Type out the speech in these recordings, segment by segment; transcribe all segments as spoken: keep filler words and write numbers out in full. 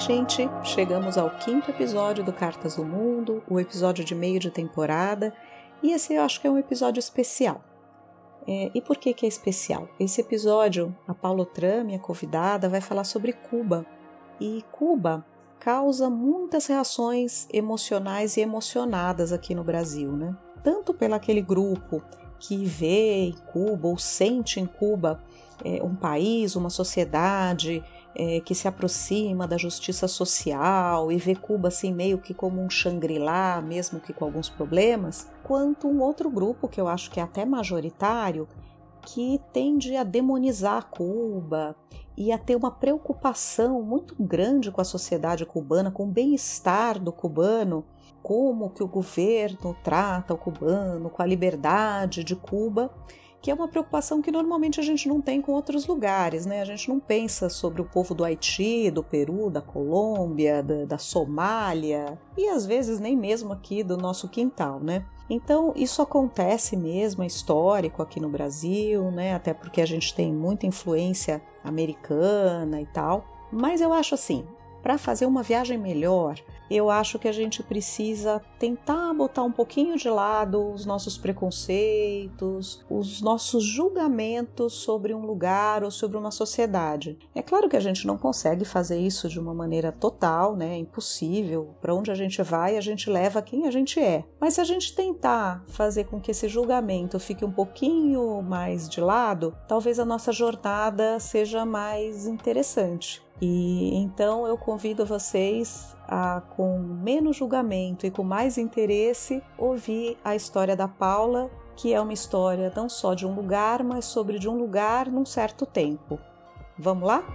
gente! Chegamos ao quinto episódio do Cartas do Mundo, o episódio de meio de temporada, e esse eu acho que é um episódio especial. É, e por que que é especial? Esse episódio, a Paula Otran, minha convidada, vai falar sobre Cuba. E Cuba causa muitas reações emocionais e emocionadas aqui no Brasil, né? Tanto pelo aquele grupo que vê em Cuba ou sente em Cuba é, um país, uma sociedade é, que se aproxima da justiça social e vê Cuba assim meio que como um Shangri-La, mesmo que com alguns problemas, quanto um outro grupo que eu acho que é até majoritário, que tende a demonizar Cuba e a ter uma preocupação muito grande com a sociedade cubana, com o bem-estar do cubano, como que o governo trata o cubano, com a liberdade de Cuba, que é uma preocupação que normalmente a gente não tem com outros lugares, né? A gente não pensa sobre o povo do Haiti, do Peru, da Colômbia, da, da Somália e às vezes nem mesmo aqui do nosso quintal, né? Então isso acontece mesmo, é histórico aqui no Brasil, né? Até porque a gente tem muita influência americana e tal, mas eu acho assim, para fazer uma viagem melhor, eu acho que a gente precisa tentar botar um pouquinho de lado os nossos preconceitos, os nossos julgamentos sobre um lugar ou sobre uma sociedade. É claro que a gente não consegue fazer isso de uma maneira total, né? É impossível. Para onde a gente vai, a gente leva quem a gente é. Mas se a gente tentar fazer com que esse julgamento fique um pouquinho mais de lado, talvez a nossa jornada seja mais interessante. E então eu convido vocês a, com menos julgamento e com mais interesse, ouvir a história da Paula, que é uma história não só de um lugar, mas sobre de um lugar num certo tempo. Vamos lá?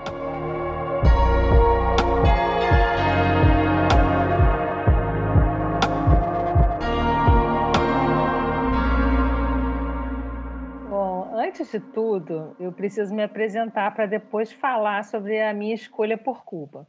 Antes de tudo, eu preciso me apresentar para depois falar sobre a minha escolha por Cuba.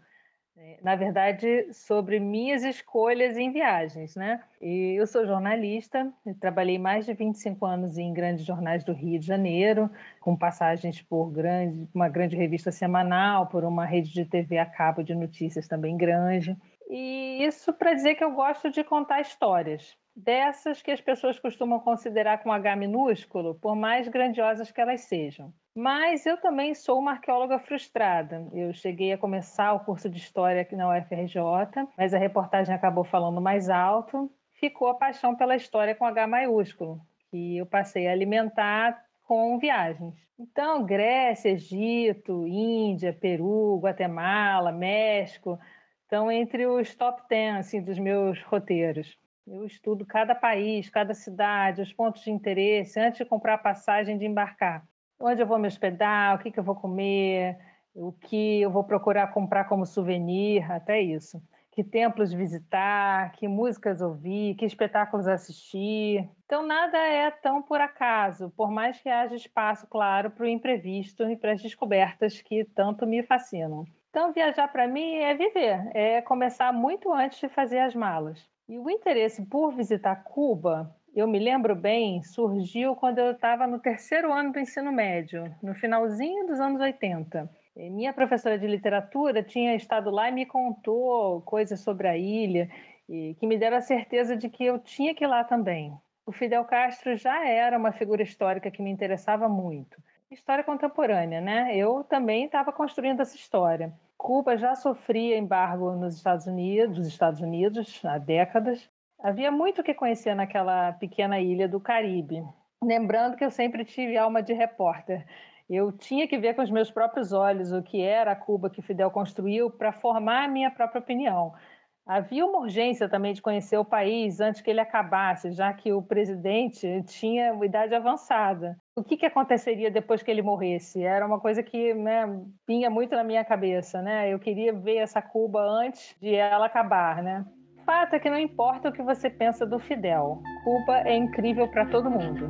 Na verdade, sobre minhas escolhas em viagens, né? E eu sou jornalista, eu trabalhei mais de vinte e cinco anos em grandes jornais do Rio de Janeiro, com passagens por grande, uma grande revista semanal, por uma rede de T V a cabo de notícias também grande. E isso para dizer que eu gosto de contar histórias, dessas que as pessoas costumam considerar com H minúsculo, por mais grandiosas que elas sejam. Mas eu também sou uma arqueóloga frustrada. Eu cheguei a começar o curso de História aqui na U F R J, mas a reportagem acabou falando mais alto. Ficou a paixão pela história com H maiúsculo, que eu passei a alimentar com viagens. Então, Grécia, Egito, Índia, Peru, Guatemala, México, estão entre os top dez assim, dos meus roteiros. Eu estudo cada país, cada cidade, os pontos de interesse, antes de comprar a passagem de embarcar. Onde eu vou me hospedar, o que, que eu vou comer, o que eu vou procurar comprar como souvenir, até isso. Que templos visitar, que músicas ouvir, que espetáculos assistir. Então, nada é tão por acaso, por mais que haja espaço, claro, para o imprevisto e para as descobertas que tanto me fascinam. Então, viajar para mim é viver, é começar muito antes de fazer as malas. E o interesse por visitar Cuba, eu me lembro bem, surgiu quando eu estava no terceiro ano do ensino médio, no finalzinho dos anos oitenta. E minha professora de literatura tinha estado lá e me contou coisas sobre a ilha, e que me deram a certeza de que eu tinha que ir lá também. O Fidel Castro já era uma figura histórica que me interessava muito. História contemporânea, né? Eu também estava construindo essa história. Cuba já sofria embargo nos Estados Unidos, dos Estados Unidos há décadas. Havia muito o que conhecer naquela pequena ilha do Caribe. Lembrando que eu sempre tive alma de repórter. Eu tinha que ver com os meus próprios olhos o que era a Cuba que Fidel construiu para formar a minha própria opinião. Havia uma urgência também de conhecer o país antes que ele acabasse, já que o presidente tinha idade avançada. O que, que aconteceria depois que ele morresse? Era uma coisa que, né, vinha muito na minha cabeça, né? Eu queria ver essa Cuba antes de ela acabar, né? O fato é que não importa o que você pensa do Fidel, Cuba é incrível para todo mundo.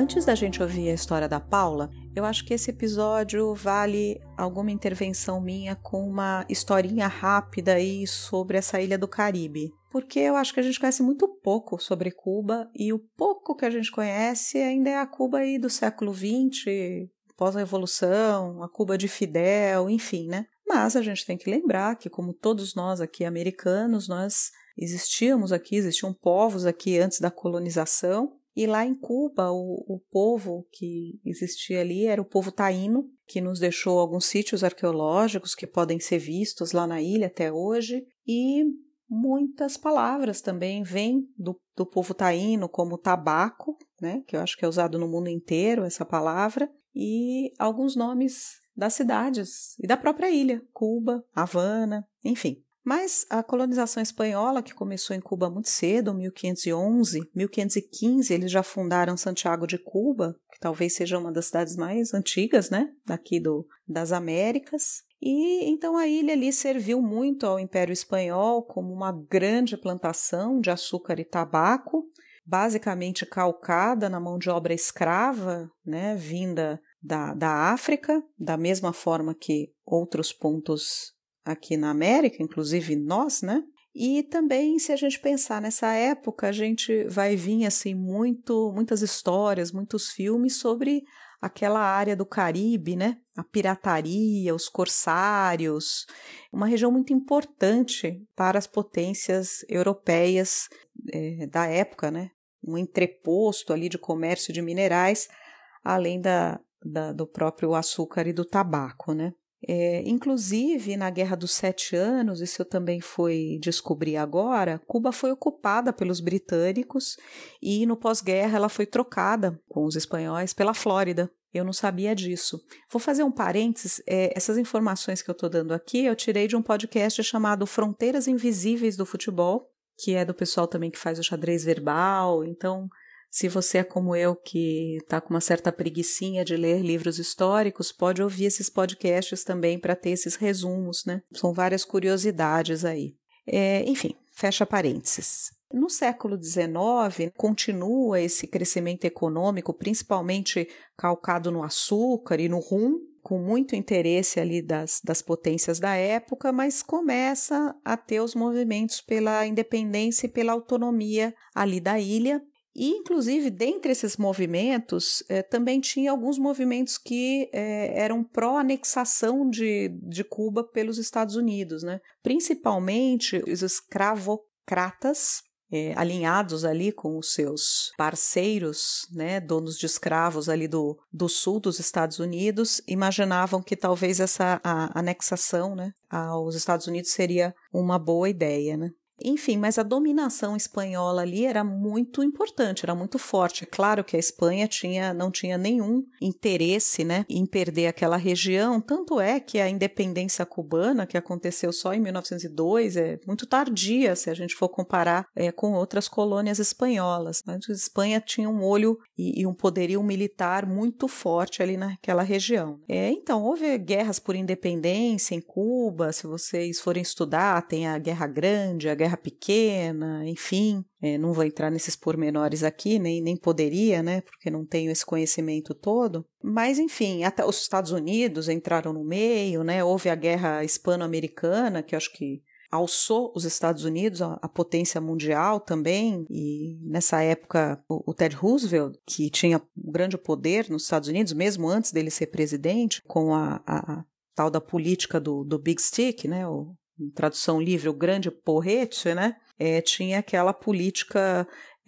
Antes da gente ouvir a história da Paula, eu acho que esse episódio vale alguma intervenção minha com uma historinha rápida aí sobre essa ilha do Caribe. Porque eu acho que a gente conhece muito pouco sobre Cuba e o pouco que a gente conhece ainda é a Cuba aí do século vinte, pós-revolução, a Cuba de Fidel, enfim, né? Mas a gente tem que lembrar que, como todos nós aqui americanos, nós existíamos aqui, existiam povos aqui antes da colonização. E lá em Cuba, o, o povo que existia ali era o povo taíno, que nos deixou alguns sítios arqueológicos que podem ser vistos lá na ilha até hoje. E muitas palavras também vêm do, do povo taíno, como tabaco, né, que eu acho que é usado no mundo inteiro essa palavra, e alguns nomes das cidades e da própria ilha, Cuba, Havana, enfim. Mas a colonização espanhola, que começou em Cuba muito cedo, mil quinhentos e onze, mil quinhentos e quinze, eles já fundaram Santiago de Cuba, que talvez seja uma das cidades mais antigas, né, daqui do, das Américas. E então a ilha ali serviu muito ao Império Espanhol como uma grande plantação de açúcar e tabaco, basicamente calcada na mão de obra escrava, né, vinda da, da África, da mesma forma que outros pontos aqui na América, inclusive nós, né? E também, se a gente pensar nessa época, a gente vai vir assim muito, muitas histórias, muitos filmes sobre aquela área do Caribe, né? A pirataria, os corsários, uma região muito importante para as potências europeias é, da época, né? Um entreposto ali de comércio de minerais, além da, da, do próprio açúcar e do tabaco, né? É, inclusive, na Guerra dos Sete Anos, isso eu também fui descobrir agora, Cuba foi ocupada pelos britânicos e no pós-guerra ela foi trocada com os espanhóis pela Flórida. Eu não sabia disso. Vou fazer um parênteses, é, essas informações que eu estou dando aqui eu tirei de um podcast chamado Fronteiras Invisíveis do Futebol, que é do pessoal também que faz o xadrez verbal, então... Se você é como eu, que está com uma certa preguicinha de ler livros históricos, pode ouvir esses podcasts também para ter esses resumos, né? São várias curiosidades aí. É, enfim, fecha parênteses. No século dezenove, continua esse crescimento econômico, principalmente calcado no açúcar e no rum, com muito interesse ali das, das potências da época, mas começa a ter os movimentos pela independência e pela autonomia ali da ilha. E, inclusive, dentre esses movimentos, eh, também tinha alguns movimentos que eh, eram pró-anexação de, de Cuba pelos Estados Unidos, né? Principalmente os escravocratas, eh, alinhados ali com os seus parceiros, né, donos de escravos ali do, do sul dos Estados Unidos, imaginavam que talvez essa a anexação, né, aos Estados Unidos seria uma boa ideia, né? Enfim, mas a dominação espanhola ali era muito importante, era muito forte. É claro que a Espanha tinha, não tinha nenhum interesse, né, em perder aquela região, tanto é que a independência cubana, que aconteceu só em mil novecentos e dois, é muito tardia se a gente for comparar é, com outras colônias espanholas. A Espanha tinha um olho e, e um poderio militar muito forte ali naquela região. É, então, houve guerras por independência em Cuba, se vocês forem estudar, tem a Guerra Grande, a Guerra Pequena, enfim, é, não vou entrar nesses pormenores aqui, nem, nem poderia, né, porque não tenho esse conhecimento todo, mas enfim, até os Estados Unidos entraram no meio, né, houve a Guerra Hispano-Americana, que eu acho que alçou os Estados Unidos, a, a potência mundial também, e nessa época o, o Ted Roosevelt, que tinha um grande poder nos Estados Unidos, mesmo antes dele ser presidente, com a, a, a tal da política do, do Big Stick, né, o em tradução livre, o grande porrete, né, é, tinha aquela política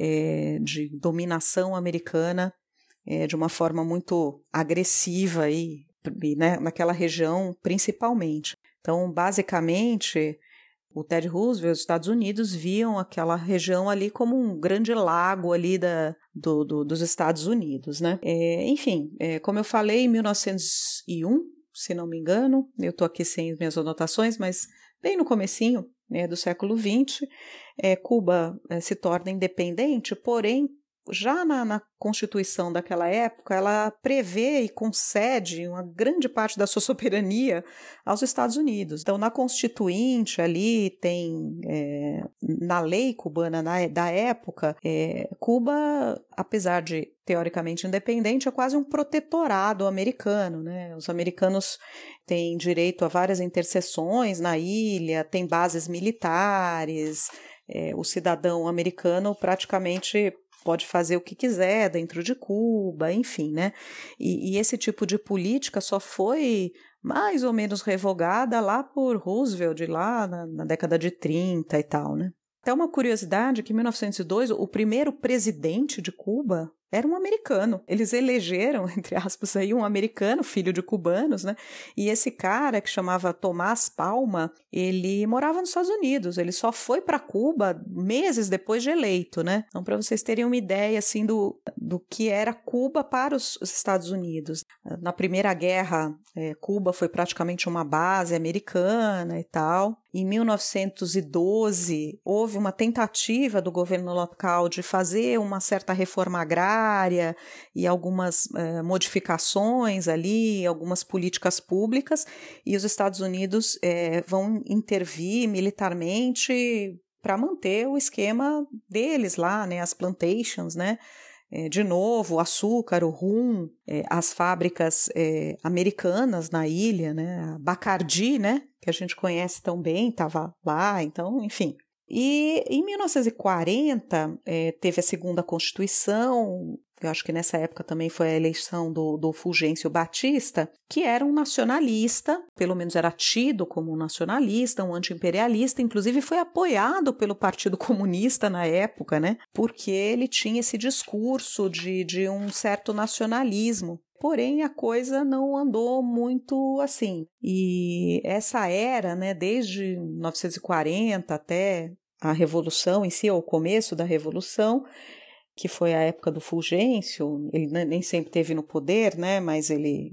é, de dominação americana é, de uma forma muito agressiva e, e, né, naquela região principalmente. Então, basicamente, o Ted Roosevelt, os Estados Unidos, viam aquela região ali como um grande lago ali da, do, do, dos Estados Unidos, né. É, enfim, é, como eu falei, em mil novecentos e um, se não me engano, eu estou aqui sem minhas anotações, mas bem no comecinho, né, do século vinte, é, Cuba é, se torna independente, porém já na, na Constituição daquela época, ela prevê e concede uma grande parte da sua soberania aos Estados Unidos. Então, na Constituinte ali tem, é, na lei cubana na, da época, é, Cuba, apesar de teoricamente independente, é quase um protetorado americano, né? Os americanos têm direito a várias interseções na ilha, tem bases militares, é, o cidadão americano praticamente pode fazer o que quiser dentro de Cuba, enfim, né? E, e esse tipo de política só foi mais ou menos revogada lá por Roosevelt, lá na, na década de trinta e tal, né? Até uma curiosidade que em mil novecentos e dois o primeiro presidente de Cuba era um americano. Eles elegeram, entre aspas, aí, um americano, filho de cubanos, né? E esse cara, que chamava Tomás Palma, ele morava nos Estados Unidos. Ele só foi para Cuba meses depois de eleito, né? Então, para vocês terem uma ideia, assim, do, do que era Cuba para os Estados Unidos. Na Primeira Guerra, é, Cuba foi praticamente uma base americana e tal. Em mil novecentos e doze, houve uma tentativa do governo local de fazer uma certa reforma agrária e algumas eh, modificações ali, algumas políticas públicas, e os Estados Unidos eh, vão intervir militarmente para manter o esquema deles lá, né, as plantations, né? É, de novo, o açúcar, o rum, é, as fábricas é, americanas na ilha, né, a Bacardi, né, que a gente conhece tão bem, estava lá, então, enfim. E em mil novecentos e quarenta, é, teve a segunda Constituição, eu acho que nessa época também foi a eleição do, do Fulgêncio Batista, que era um nacionalista, pelo menos era tido como um nacionalista, um anti-imperialista, inclusive foi apoiado pelo Partido Comunista na época, né? Porque ele tinha esse discurso de, de um certo nacionalismo. Porém, a coisa não andou muito assim. E essa era, né, desde mil novecentos e quarenta até a Revolução em si, ou o começo da Revolução, que foi a época do Fulgêncio, ele nem sempre esteve no poder, né, mas ele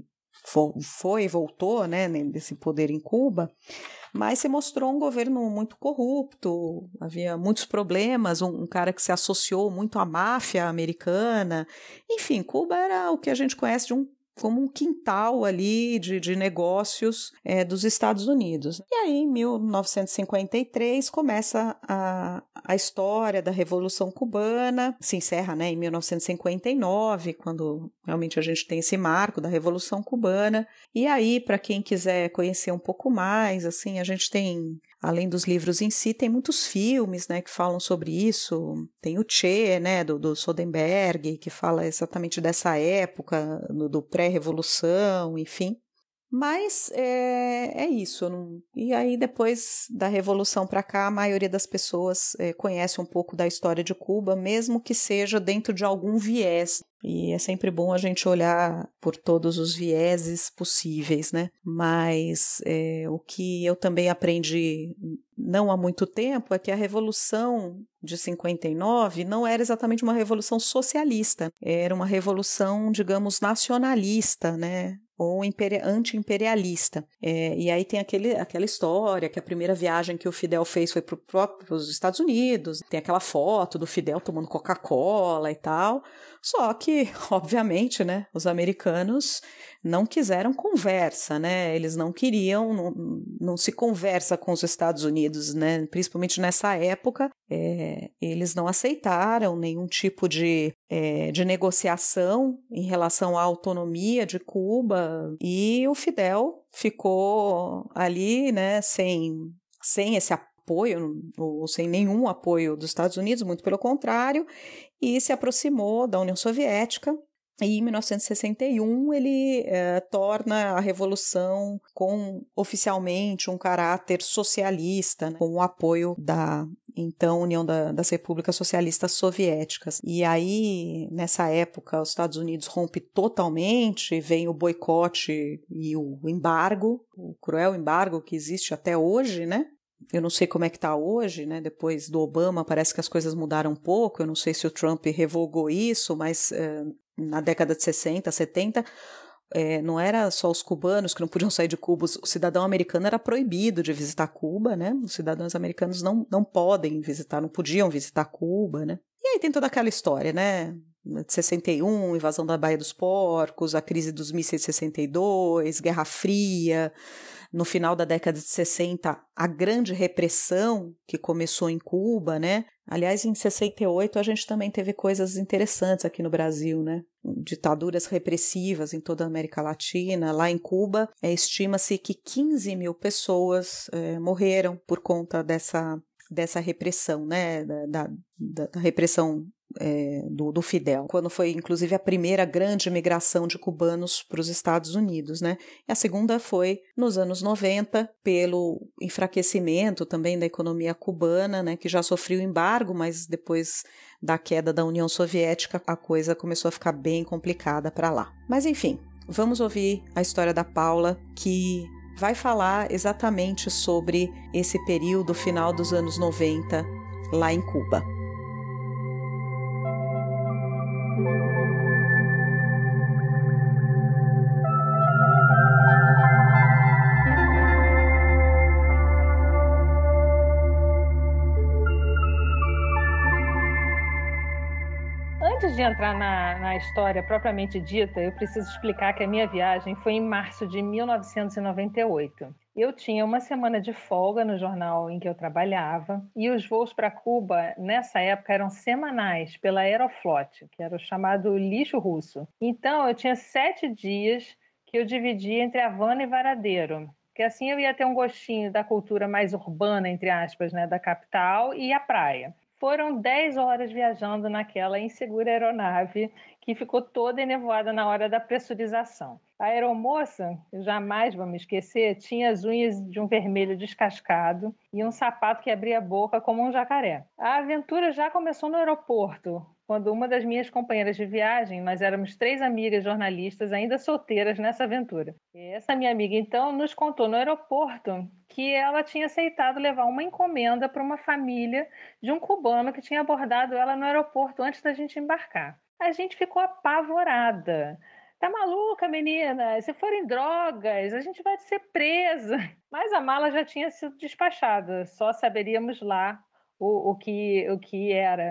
foi e voltou, né, nesse poder em Cuba, mas se mostrou um governo muito corrupto, havia muitos problemas, um, um cara que se associou muito à máfia americana, enfim, Cuba era o que a gente conhece de um como um quintal ali de, de negócios é, dos Estados Unidos. E aí, em mil novecentos e cinquenta e três, começa a, a história da Revolução Cubana, se encerra, né, em mil novecentos e cinquenta e nove, quando realmente a gente tem esse marco da Revolução Cubana. E aí, para quem quiser conhecer um pouco mais, assim, a gente tem, além dos livros em si, tem muitos filmes, né, que falam sobre isso. Tem o Che, né, do, do Soderbergh, que fala exatamente dessa época, do, do pré-revolução, enfim. Mas é, é isso. Não... E aí, depois da Revolução para cá, a maioria das pessoas é, conhece um pouco da história de Cuba, mesmo que seja dentro de algum viés. E é sempre bom a gente olhar por todos os vieses possíveis, né? Mas é, o que eu também aprendi não há muito tempo é que a Revolução de cinquenta e nove não era exatamente uma revolução socialista, era uma revolução, digamos, nacionalista, né? Ou anti-imperialista. É, e aí tem aquele, aquela história que a primeira viagem que o Fidel fez foi para os Estados Unidos, tem aquela foto do Fidel tomando Coca-Cola e tal, só que, obviamente, né, os americanos não quiseram conversa, né, eles não queriam, não, não se conversa com os Estados Unidos, né, principalmente nessa época, é, eles não aceitaram nenhum tipo de, é, de negociação em relação à autonomia de Cuba, e o Fidel ficou ali, né, sem, sem esse apoio, ou sem nenhum apoio dos Estados Unidos, muito pelo contrário, e se aproximou da União Soviética. E em mil novecentos e sessenta e um ele eh, torna a Revolução com oficialmente um caráter socialista, né, com o apoio da então União da, das Repúblicas Socialistas Soviéticas. E aí, nessa época, os Estados Unidos rompe totalmente, vem o boicote e o embargo, o cruel embargo que existe até hoje, né? Eu não sei como é que está hoje, né? Depois do Obama parece que as coisas mudaram um pouco, eu não sei se o Trump revogou isso, mas eh, na década de sessenta, setenta, é, não era só os cubanos que não podiam sair de Cuba, o cidadão americano era proibido de visitar Cuba, né? Os cidadãos americanos não, não podem visitar, não podiam visitar Cuba, né? E E aí tem toda aquela história, né? De sessenta e um, invasão da Baía dos Porcos, a crise dos mísseis de sessenta e dois, Guerra Fria, no final da década de sessenta, a grande repressão que começou em Cuba, né? Aliás, em sessenta e oito a gente também teve coisas interessantes aqui no Brasil, né? Ditaduras repressivas em toda a América Latina. Lá em Cuba, é, estima-se que quinze mil pessoas é, morreram por conta dessa, dessa repressão, né? Da, da, da repressão É, do, do Fidel, quando foi inclusive a primeira grande migração de cubanos para os Estados Unidos, né? E a segunda foi nos anos noventa, pelo enfraquecimento também da economia cubana, né? Que já sofreu embargo, mas depois da queda da União Soviética a coisa começou a ficar bem complicada para lá. Mas enfim, vamos ouvir a história da Paula, que vai falar exatamente sobre esse período final dos anos noventa lá em Cuba. Antes de entrar na, na história propriamente dita, eu preciso explicar que a minha viagem foi em março de mil novecentos e noventa e oito. Eu tinha uma semana de folga no jornal em que eu trabalhava e os voos para Cuba, nessa época, eram semanais pela Aeroflot, que era o chamado lixo russo. Então, eu tinha sete dias que eu dividia entre Havana e Varadero, que assim eu ia ter um gostinho da cultura mais urbana, entre aspas, né, da capital e a praia. Foram dez horas viajando naquela insegura aeronave que ficou toda enevoada na hora da pressurização. A aeromoça, eu jamais vou me esquecer, tinha as unhas de um vermelho descascado e um sapato que abria a boca como um jacaré. A aventura já começou no aeroporto, quando uma das minhas companheiras de viagem, nós éramos três amigas jornalistas ainda solteiras nessa aventura. E essa minha amiga, então, nos contou no aeroporto que ela tinha aceitado levar uma encomenda para uma família de um cubano que tinha abordado ela no aeroporto antes da gente embarcar. A gente ficou apavorada. Tá maluca, menina? Se forem drogas, a gente vai ser presa. Mas a mala já tinha sido despachada, só saberíamos lá o, o, que, o que era.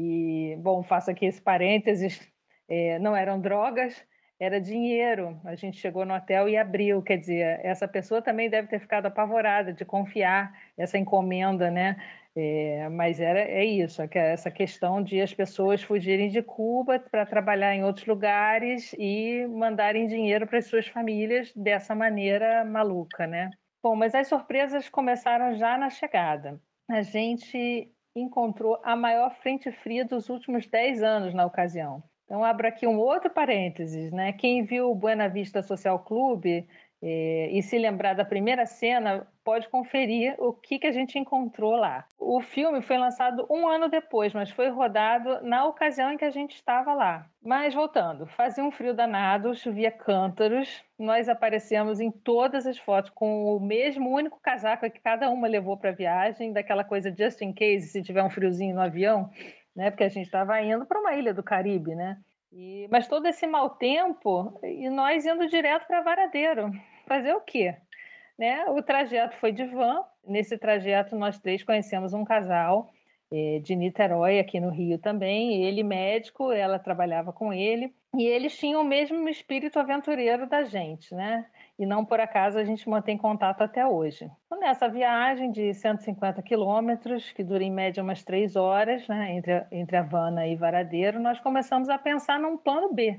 E, bom, faço aqui esse parênteses, é, não eram drogas, era dinheiro. A gente chegou no hotel e abriu, quer dizer, essa pessoa também deve ter ficado apavorada de confiar essa encomenda, né? É, mas era, é isso, essa questão de as pessoas fugirem de Cuba para trabalhar em outros lugares e mandarem dinheiro para as suas famílias dessa maneira maluca, né? Bom, mas as surpresas começaram já na chegada. A gente encontrou a maior frente fria dos últimos dez anos na ocasião. Então, abro aqui um outro parênteses, né? Quem viu o Buena Vista Social Club eh, e se lembrar da primeira cena, pode conferir o que, que a gente encontrou lá. O filme foi lançado um ano depois, mas foi rodado na ocasião em que a gente estava lá. Mas voltando, fazia um frio danado, chovia cântaros, nós aparecemos em todas as fotos com o mesmo único casaco que cada uma levou para a viagem, daquela coisa just in case, se tiver um friozinho no avião, né? Porque a gente estava indo para uma ilha do Caribe, né? E, mas todo esse mau tempo, e nós indo direto para Varadeiro. Fazer o quê? Né? O trajeto foi de van. Nesse trajeto, nós três conhecemos um casal eh, de Niterói, aqui no Rio também. Ele médico, ela trabalhava com ele. E eles tinham o mesmo espírito aventureiro da gente, né? E não por acaso a gente mantém contato até hoje. Então, nessa viagem de cento e cinquenta quilômetros, que dura em média umas três horas, né, entre, entre Havana e Varadeiro, nós começamos a pensar num plano B,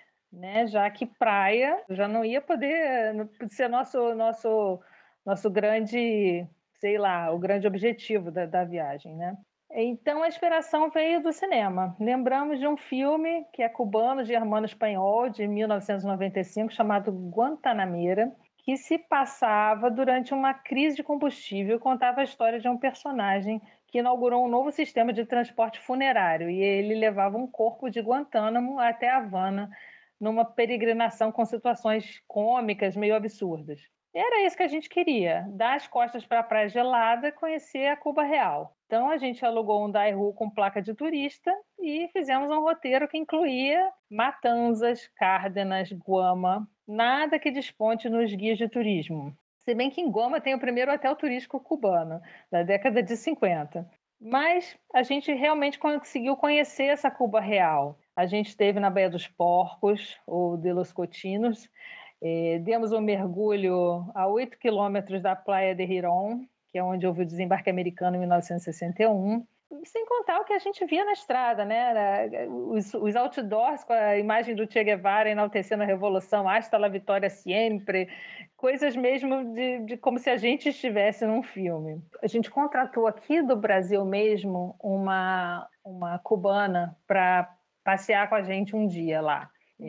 né? Já que praia já não ia poder ser nosso, nosso, nosso grande, sei lá, o grande objetivo da, da viagem, né? Então a inspiração veio do cinema. Lembramos de um filme que é cubano, de Hermano Espanhol, de mil novecentos e noventa e cinco, chamado Guantanamera, que se passava durante uma crise de combustível e contava a história de um personagem que inaugurou um novo sistema de transporte funerário e ele levava um corpo de Guantánamo até Havana numa peregrinação com situações cômicas, meio absurdas. Era isso que a gente queria, dar as costas para a praia gelada e conhecer a Cuba real. Então a gente alugou um Daewoo com placa de turista e fizemos um roteiro que incluía Matanzas, Cárdenas, Guama, nada que desponte nos guias de turismo. Se bem que em Guama tem o primeiro hotel turístico cubano, da década de cinquenta. Mas a gente realmente conseguiu conhecer essa Cuba real. A gente esteve na Baía dos Porcos, ou de Los Cochinos, eh, demos um mergulho a oito quilômetros da Praia de Girón, que é onde houve o desembarque americano em mil novecentos e sessenta e um. Sem contar o que a gente via na estrada, né? Os, os outdoors com a imagem do Che Guevara enaltecendo a revolução, hasta la vitória siempre, coisas mesmo de, de como se a gente estivesse num filme. A gente contratou aqui do Brasil mesmo uma, uma cubana para passear com a gente um dia lá.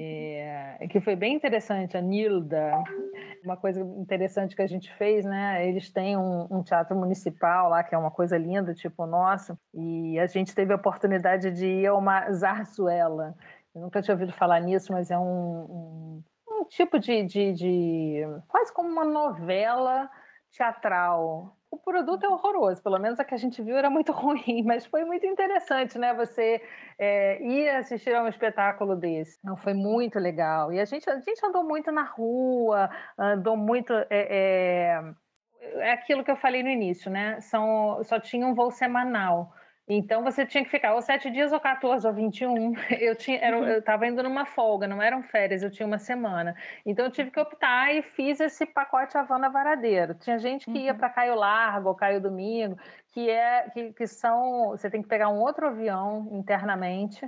É, que foi bem interessante, a Nilda. Uma coisa interessante que a gente fez, né? Eles têm um, um teatro municipal lá, que é uma coisa linda, tipo o nosso, e a gente teve a oportunidade de ir a uma zarzuela. Eu nunca tinha ouvido falar nisso, mas é um, um, um tipo de, de, de. quase como uma novela teatral. O produto é horroroso, pelo menos a que a gente viu era muito ruim, mas foi muito interessante, né? Você é, ir assistir a um espetáculo desse. Não, foi muito legal. E a gente, a gente andou muito na rua, andou muito. É, é, é aquilo que eu falei no início, né? São, só tinha um voo semanal. Então você tinha que ficar ou sete dias, ou quatorze, ou vinte e um. Eu tinha, era, eu estava indo numa folga, não eram férias, eu tinha uma semana. Então eu tive que optar e fiz esse pacote Havana Varadeiro. Tinha gente que ia para Caio Largo ou Caio Domingo, que é que, que são. Você tem que pegar um outro avião internamente,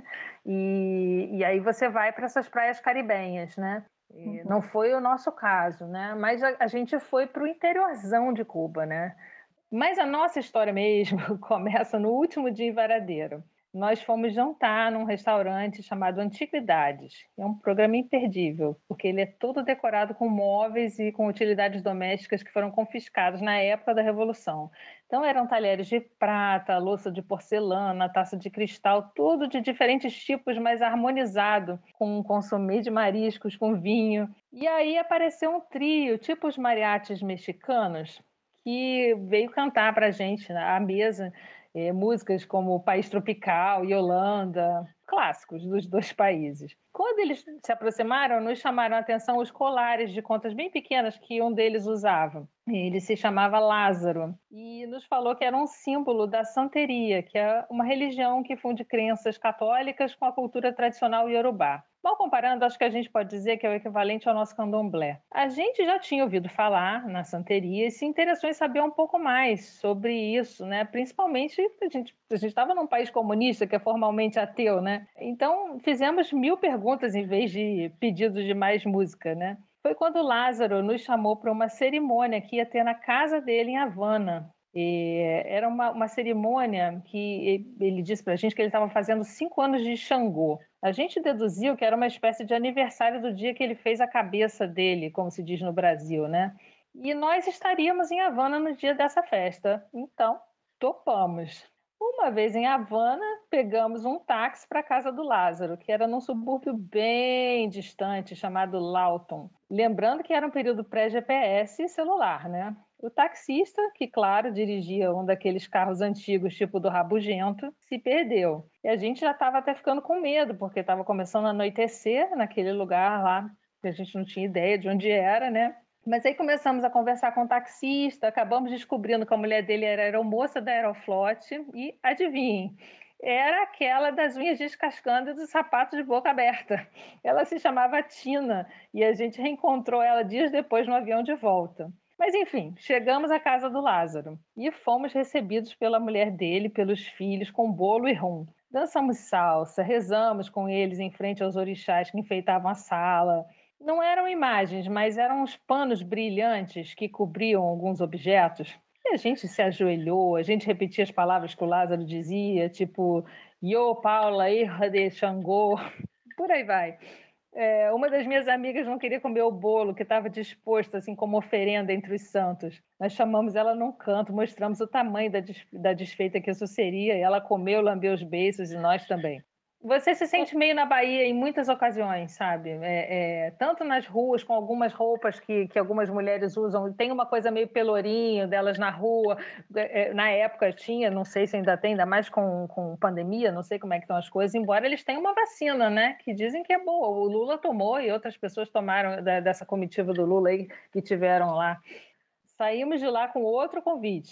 e, e aí você vai para essas praias caribenhas, né? E não foi o nosso caso, né? Mas a, a gente foi para o interiorzão de Cuba, né? Mas a nossa história mesmo começa no último dia em Varadeiro. Nós fomos jantar num restaurante chamado Antiguidades. É um programa imperdível, porque ele é todo decorado com móveis e com utilidades domésticas que foram confiscados na época da Revolução. Então eram talheres de prata, louça de porcelana, taça de cristal, tudo de diferentes tipos, mas harmonizado, com um consomê de mariscos, com vinho. E aí apareceu um trio, tipo os mariachis mexicanos, que veio cantar para a gente, né, à mesa, eh, músicas como País Tropical, Yolanda, clássicos dos dois países. Quando eles se aproximaram, nos chamaram a atenção os colares de contas bem pequenas que um deles usava. Ele se chamava Lázaro e nos falou que era um símbolo da santeria, que é uma religião que funde crenças católicas com a cultura tradicional iorubá. Mal comparando, acho que a gente pode dizer que é o equivalente ao nosso candomblé. A gente já tinha ouvido falar na santeria e se interessou em saber um pouco mais sobre isso, né? Principalmente a gente a gente estava num país comunista que é formalmente ateu, né? Então fizemos mil perguntas em vez de pedidos de mais música, né? Foi quando Lázaro nos chamou para uma cerimônia que ia ter na casa dele em Havana. E era uma, uma cerimônia que ele disse para a gente que ele estava fazendo cinco anos de Xangô. A gente deduziu que era uma espécie de aniversário do dia que ele fez a cabeça dele, como se diz no Brasil, né? E nós estaríamos em Havana no dia dessa festa. Então, topamos. Uma vez em Havana, pegamos um táxi para a casa do Lázaro, que era num subúrbio bem distante, chamado Lawton. Lembrando que era um período pré-G P S e celular, né? O taxista, que claro, dirigia um daqueles carros antigos, tipo do Rabugento, se perdeu. E a gente já estava até ficando com medo, porque estava começando a anoitecer naquele lugar lá, que a gente não tinha ideia de onde era, né? Mas aí começamos a conversar com o taxista, acabamos descobrindo que a mulher dele era aeromoça da Aeroflot e, adivinhem, era aquela das unhas descascando e dos sapatos de boca aberta. Ela se chamava Tina e a gente reencontrou ela dias depois no avião de volta. Mas enfim, chegamos à casa do Lázaro e fomos recebidos pela mulher dele, pelos filhos, com bolo e rum. Dançamos salsa, rezamos com eles em frente aos orixás que enfeitavam a sala. Não eram imagens, mas eram uns panos brilhantes que cobriam alguns objetos. E a gente se ajoelhou, a gente repetia as palavras que o Lázaro dizia, tipo, Yo, Paula, hija de Xangô, por aí vai. É, uma das minhas amigas não queria comer o bolo que estava disposto assim como oferenda entre os santos. Nós chamamos ela num canto, mostramos o tamanho da, des da desfeita que isso seria, e ela comeu, lambeu os beiços e nós também. Você se sente meio na Bahia em muitas ocasiões, sabe? É, é, tanto nas ruas, com algumas roupas que, que algumas mulheres usam, tem uma coisa meio pelourinho delas na rua. É, na época tinha, não sei se ainda tem, ainda mais com, com pandemia, não sei como é que estão as coisas, embora eles tenham uma vacina, né? Que dizem que é boa. O Lula tomou e outras pessoas tomaram da, dessa comitiva do Lula aí que tiveram lá. Saímos de lá com outro convite.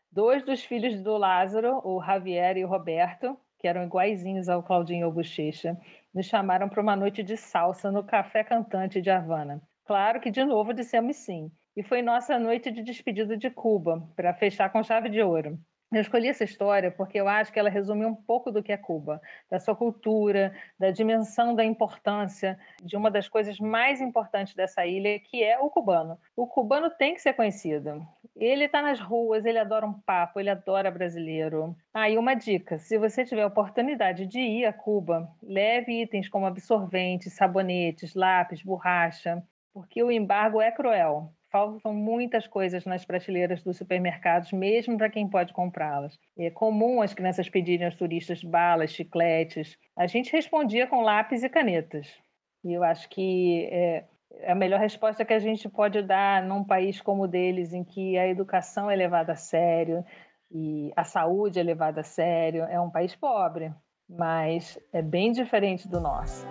Dois dos filhos do Lázaro, o Javier e o Roberto, que eram iguaizinhos ao Claudinho e ao Bochecha, nos chamaram para uma noite de salsa no Café Cantante de Havana. Claro que de novo dissemos sim. E foi nossa noite de despedida de Cuba, para fechar com chave de ouro. Eu escolhi essa história porque eu acho que ela resume um pouco do que é Cuba, da sua cultura, da dimensão da importância de uma das coisas mais importantes dessa ilha, que é o cubano. O cubano tem que ser conhecido. Ele está nas ruas, ele adora um papo, ele adora brasileiro. Ah, e uma dica: se você tiver a oportunidade de ir a Cuba, leve itens como absorventes, sabonetes, lápis, borracha, porque o embargo é cruel. Faltam muitas coisas nas prateleiras dos supermercados, mesmo para quem pode comprá-las. É comum as crianças pedirem aos turistas balas, chicletes. A gente respondia com lápis e canetas. E eu acho que é, a melhor resposta que a gente pode dar num país como o deles, em que a educação é levada a sério e a saúde é levada a sério, é um país pobre, mas é bem diferente do nosso.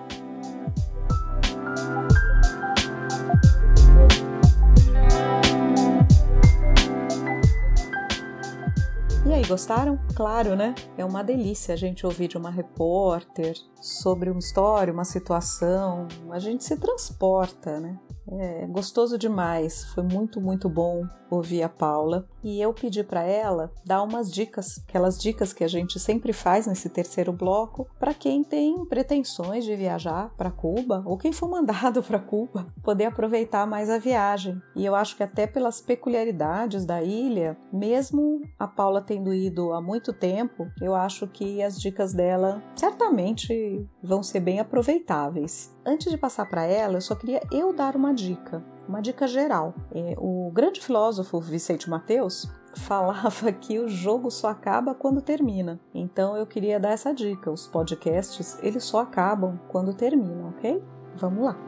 E aí, gostaram? Claro, né? É uma delícia a gente ouvir de uma repórter sobre uma história, uma situação. A gente se transporta, né? É gostoso demais, foi muito, muito bom ouvir a Paula. E eu pedi para ela dar umas dicas, aquelas dicas que a gente sempre faz nesse terceiro bloco, para quem tem pretensões de viajar para Cuba, ou quem for mandado para Cuba, poder aproveitar mais a viagem. E eu acho que até pelas peculiaridades da ilha, mesmo a Paula tendo ido há muito tempo, eu acho que as dicas dela certamente vão ser bem aproveitáveis. Antes de passar para ela, eu só queria eu dar uma dica, uma dica geral. É, o grande filósofo Vicente Mateus falava que o jogo só acaba quando termina. Então eu queria dar essa dica. Os podcasts, eles só acabam quando terminam, ok? Vamos lá.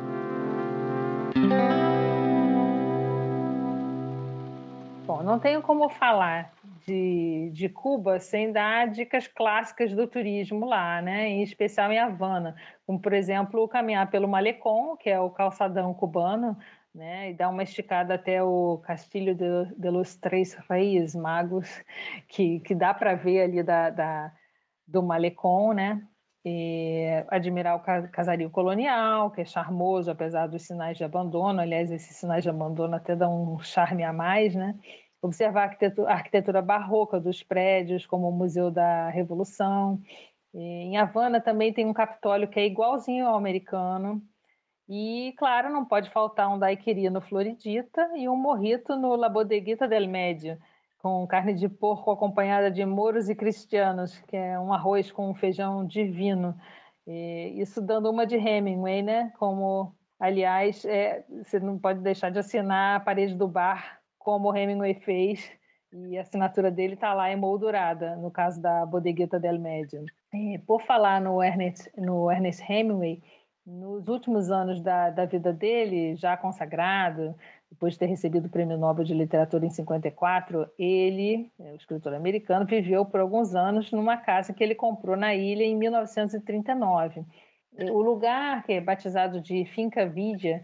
Bom, não tenho como falar de, de Cuba sem dar dicas clássicas do turismo lá, né? Em especial em Havana, como, por exemplo, caminhar pelo Malecón, que é o calçadão cubano, né? E dar uma esticada até o Castilho de, de los Três Reis Magos, que, que dá para ver ali da, da, do Malecón, né? E admirar o casario colonial, que é charmoso, apesar dos sinais de abandono. Aliás, esses sinais de abandono até dão um charme a mais, né? Observar a arquitetura, a arquitetura barroca dos prédios, como o Museu da Revolução. E em Havana também tem um Capitólio que é igualzinho ao americano. E, claro, não pode faltar um daiquiri no Floridita e um mojito no La Bodeguita del Medio, com carne de porco acompanhada de moros e cristianos, que é um arroz com um feijão divino. E isso dando uma de Hemingway, né? Como, aliás, é, você não pode deixar de assinar a parede do bar, como o Hemingway fez, e a assinatura dele está lá emoldurada, no caso da Bodeguita del Medio. E, por falar no Ernest, no Ernest Hemingway, nos últimos anos da, da vida dele, já consagrado, depois de ter recebido o Prêmio Nobel de Literatura em cinquenta e quatro, ele, o escritor americano, viveu por alguns anos numa casa que ele comprou na ilha em mil novecentos e trinta e nove. O lugar, que é batizado de Finca Vidia,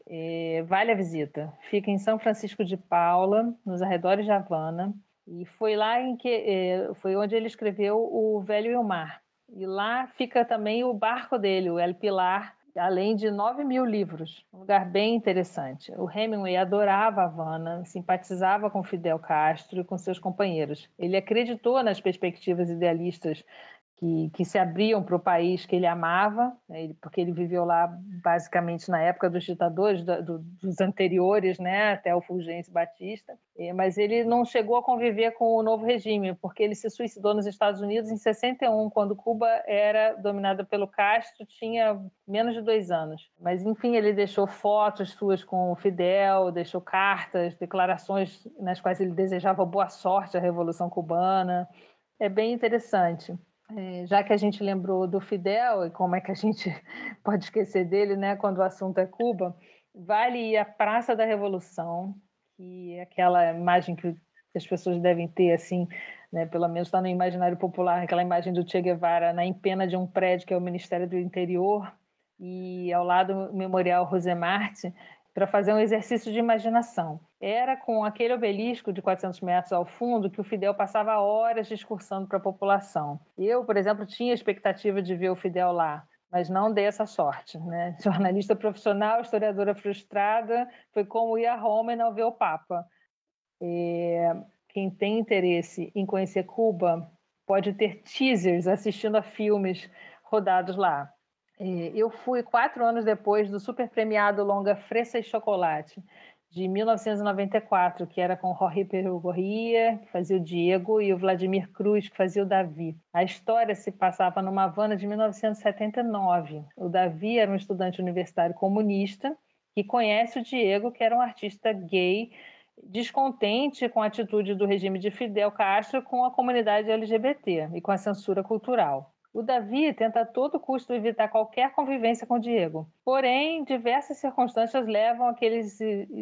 é, vale a visita. Fica em São Francisco de Paula, nos arredores de Havana, e foi lá em que é, foi onde ele escreveu O Velho e o Mar. E lá fica também o barco dele, o El Pilar, além de nove mil livros. Um lugar bem interessante. O Hemingway adorava Havana, simpatizava com Fidel Castro e com seus companheiros. Ele acreditou nas perspectivas idealistas que, que se abriam para o país que ele amava, né, porque ele viveu lá basicamente na época dos ditadores, do, do, dos anteriores, né, até o Fulgêncio Batista, mas ele não chegou a conviver com o novo regime, porque ele se suicidou nos Estados Unidos em sessenta e um, quando Cuba era dominada pelo Castro, tinha menos de dois anos. Mas, enfim, ele deixou fotos suas com o Fidel, deixou cartas, declarações nas quais ele desejava boa sorte à Revolução Cubana. É bem interessante. É, já que a gente lembrou do Fidel, e como é que a gente pode esquecer dele, né, quando o assunto é Cuba, vale ir à Praça da Revolução, que é aquela imagem que as pessoas devem ter, assim, né, pelo menos está no imaginário popular, aquela imagem do Che Guevara na empena de um prédio que é o Ministério do Interior, e ao lado o Memorial Rosemarte, para fazer um exercício de imaginação. Era com aquele obelisco de quatrocentos metros ao fundo que o Fidel passava horas discursando para a população. Eu, por exemplo, tinha a expectativa de ver o Fidel lá, mas não dei essa sorte, né? Jornalista profissional, historiadora frustrada, foi como ir a Roma e não ver o Papa. É, quem tem interesse em conhecer Cuba pode ter teasers assistindo a filmes rodados lá. É, eu fui quatro anos depois do super premiado longa Fresa e Chocolate, de mil novecentos e noventa e quatro, que era com o Jorge Perugorria, que fazia o Diego, e o Vladimir Cruz, que fazia o Davi. A história se passava numa Havana de mil novecentos e setenta e nove. O Davi era um estudante universitário comunista que conhece o Diego, que era um artista gay, descontente com a atitude do regime de Fidel Castro com a comunidade L G B T e com a censura cultural. O Davi tenta a todo custo evitar qualquer convivência com o Diego. Porém, diversas circunstâncias levam a que, eles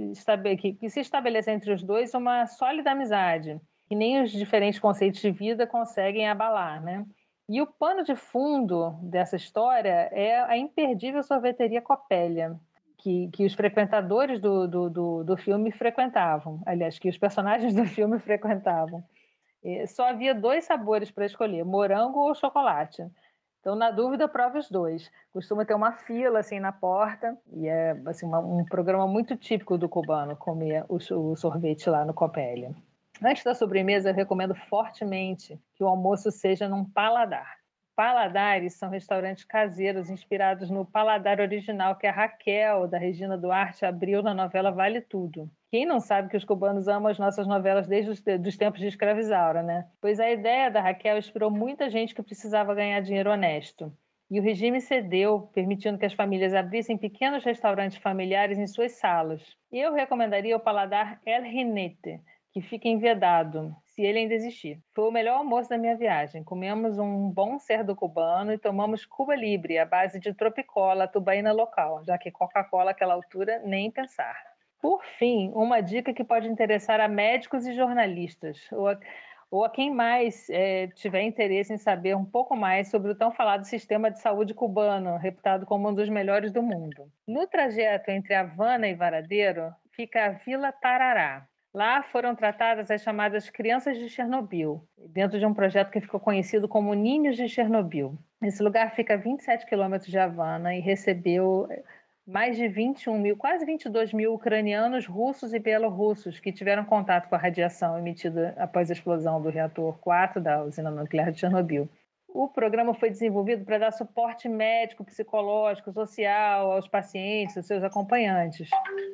que, que se estabeleça entre os dois uma sólida amizade, que nem os diferentes conceitos de vida conseguem abalar, né? E o pano de fundo dessa história é a imperdível sorveteria Copélia, que, que os frequentadores do, do, do, do filme frequentavam. Aliás, que os personagens do filme frequentavam. E só havia dois sabores para escolher, morango ou chocolate. Então, na dúvida, prove os dois. Costuma ter uma fila assim na porta e é assim, uma, um programa muito típico do cubano, comer o, o sorvete lá no Copélia. Antes da sobremesa, eu recomendo fortemente que o almoço seja num paladar. Paladares são restaurantes caseiros inspirados no paladar original que a Raquel, da Regina Duarte, abriu na novela Vale Tudo. Quem não sabe que os cubanos amam as nossas novelas desde os dos tempos de escravizaura, né? Pois a ideia da Raquel inspirou muita gente que precisava ganhar dinheiro honesto. E o regime cedeu, permitindo que as famílias abrissem pequenos restaurantes familiares em suas salas. E eu recomendaria o paladar El Jinete, que fica em Vedado, se ele ainda existir. Foi o melhor almoço da minha viagem. Comemos um bom cerdo cubano e tomamos Cuba Libre, à base de tropicola, tubaína local, já que Coca-Cola, àquela altura, nem pensar. Por fim, uma dica que pode interessar a médicos e jornalistas, ou a, ou a quem mais é, tiver interesse em saber um pouco mais sobre o tão falado sistema de saúde cubano, reputado como um dos melhores do mundo. No trajeto entre Havana e Varadero, fica a Vila Tarará. Lá foram tratadas as chamadas crianças de Chernobyl, dentro de um projeto que ficou conhecido como Ninhos de Chernobyl. Esse lugar fica a vinte e sete quilômetros de Havana e recebeu mais de vinte e um mil, quase vinte e dois mil ucranianos, russos e bielorrussos que tiveram contato com a radiação emitida após a explosão do reator quatro da usina nuclear de Chernobyl. O programa foi desenvolvido para dar suporte médico, psicológico, social aos pacientes, aos seus acompanhantes.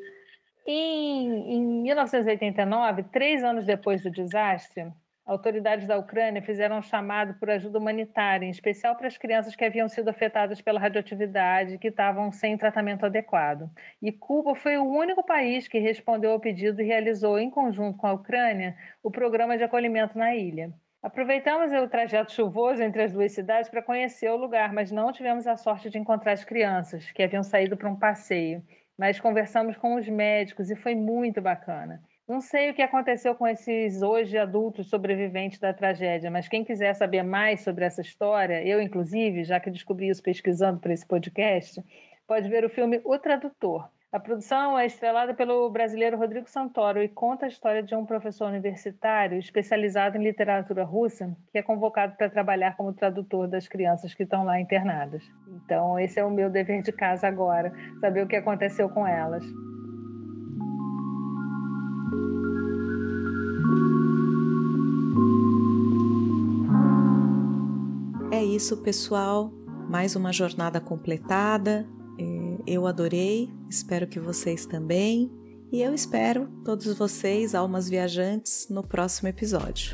Em, em mil novecentos e oitenta e nove, três anos depois do desastre, autoridades da Ucrânia fizeram um chamado por ajuda humanitária, em especial para as crianças que haviam sido afetadas pela radioatividade e que estavam sem tratamento adequado. E Cuba foi o único país que respondeu ao pedido e realizou, em conjunto com a Ucrânia, o programa de acolhimento na ilha. Aproveitamos o trajeto chuvoso entre as duas cidades para conhecer o lugar, mas não tivemos a sorte de encontrar as crianças, que haviam saído para um passeio. Mas conversamos com os médicos e foi muito bacana. Não sei o que aconteceu com esses hoje adultos sobreviventes da tragédia, mas quem quiser saber mais sobre essa história, eu inclusive, já que descobri isso pesquisando para esse podcast, pode ver o filme O Tradutor. A produção é estrelada pelo brasileiro Rodrigo Santoro e conta a história de um professor universitário especializado em literatura russa que é convocado para trabalhar como tradutor das crianças que estão lá internadas. Então, esse é o meu dever de casa agora, saber o que aconteceu com elas. É isso, pessoal. Mais uma jornada completada. Eu adorei, espero que vocês também. E eu espero todos vocês, almas viajantes, no próximo episódio.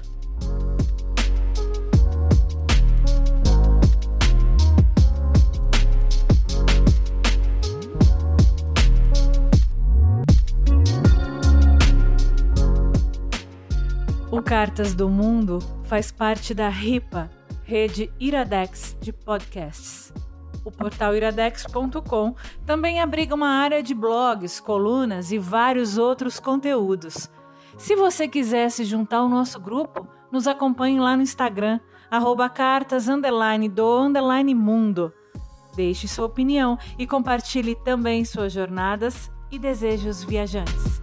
O Cartas do Mundo faz parte da RIPA, Rede Iradex de podcasts. O portal iradex ponto com também abriga uma área de blogs, colunas e vários outros conteúdos. Se você quiser se juntar ao nosso grupo, nos acompanhe lá no Instagram, arroba cartas, underline, do, underline, mundo. Deixe sua opinião e compartilhe também suas jornadas e desejos viajantes.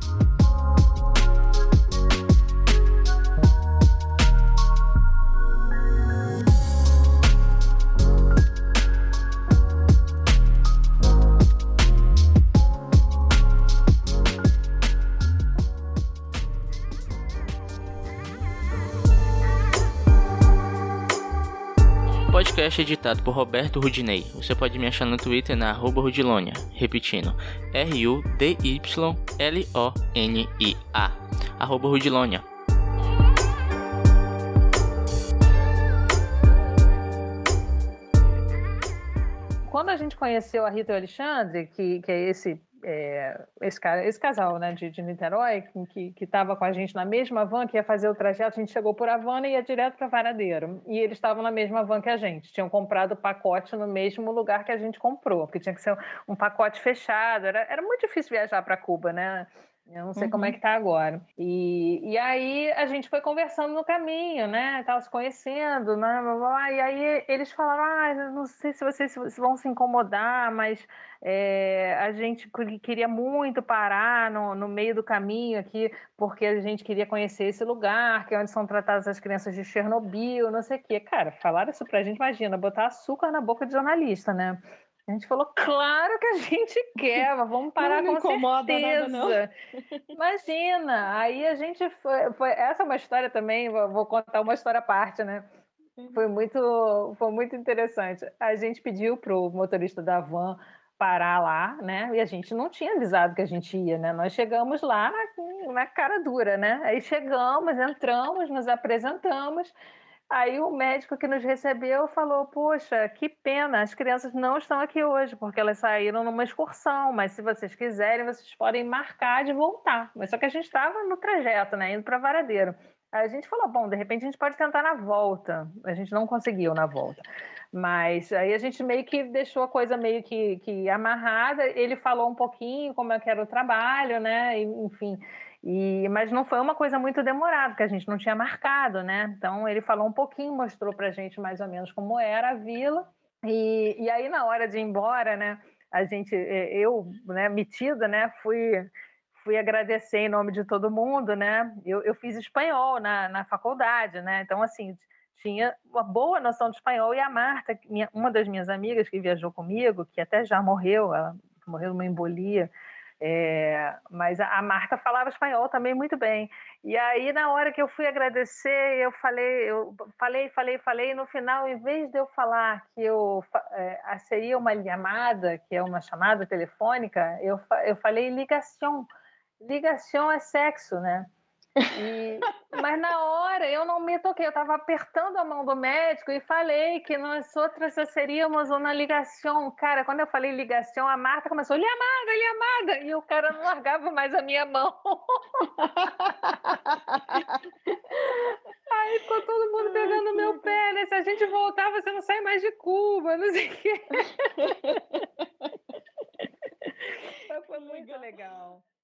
O podcast é editado por Roberto Rudinei. Você pode me achar no Twitter na arroba Rudilonia, repetindo, R U D Y L O N I A, arroba Rudilonia. Quando a gente conheceu a Rita e o Alexandre, que, que é esse, é, esse, cara, esse casal, né, de, de Niterói, que estava com a gente na mesma van, que ia fazer o trajeto, a gente chegou por Havana e ia direto para Varadeiro. E eles estavam na mesma van que a gente, tinham comprado o pacote no mesmo lugar que a gente comprou, porque tinha que ser um pacote fechado, era, era muito difícil viajar para Cuba, né? Eu não sei uhum. como é que tá agora. E, e aí a gente foi conversando no caminho, né? Tava se conhecendo, né? E aí eles falaram, ah, não sei se vocês vão se incomodar, mas é, a gente queria muito parar no, no meio do caminho aqui, porque a gente queria conhecer esse lugar, que é onde são tratadas as crianças de Chernobyl, não sei o quê. Cara, falaram isso pra gente, imagina, botar açúcar na boca de jornalista, né? A gente falou, claro que a gente quer, mas vamos parar não, não com incomoda certeza. Nada, não. Imagina, aí a gente foi, foi... Essa é uma história também, vou contar uma história à parte, né? Foi muito, foi muito interessante. A gente pediu pro motorista da van parar lá, né? E a gente não tinha avisado que a gente ia, né? Nós chegamos lá na, na cara dura, né? Aí chegamos, entramos, nos apresentamos. Aí o médico que nos recebeu falou, poxa, que pena, as crianças não estão aqui hoje, porque elas saíram numa excursão, mas se vocês quiserem, vocês podem marcar de voltar. Mas só que a gente estava no trajeto, né, indo para Varadeiro. Aí a gente falou, bom, de repente a gente pode tentar na volta. A gente não conseguiu na volta. Mas aí a gente meio que deixou a coisa meio que, que amarrada. Ele falou um pouquinho como é que era o trabalho, né, enfim... E, mas não foi uma coisa muito demorada, porque a gente não tinha marcado, né? Então ele falou um pouquinho, mostrou pra gente mais ou menos como era a vila. E, e aí na hora de ir embora, né? A gente, eu, né, metida, né? Fui, fui agradecer em nome de todo mundo, né? Eu, eu fiz espanhol na, na faculdade, né? Então assim tinha uma boa noção de espanhol. E a Marta, minha, uma das minhas amigas que viajou comigo, que até já morreu, ela morreu numa embolia. É, mas a, a Marta falava espanhol também muito bem. E aí, na hora que eu fui agradecer, eu falei, eu falei, falei, falei, e no final, em vez de eu falar que eu é, seria uma chamada, que é uma chamada telefônica, eu, eu falei ligação. Ligação é sexo, né? E, mas na hora eu não me toquei, eu estava apertando a mão do médico e falei que nós outras seríamos uma ligação. Cara, quando eu falei ligação, a Marta começou, lhamada, lhamada, e o cara não largava mais a minha mão. Aí ficou todo mundo pegando no meu pé, né? Se a gente voltar, você não sai mais de Cuba, não sei o quê. Foi muito legal.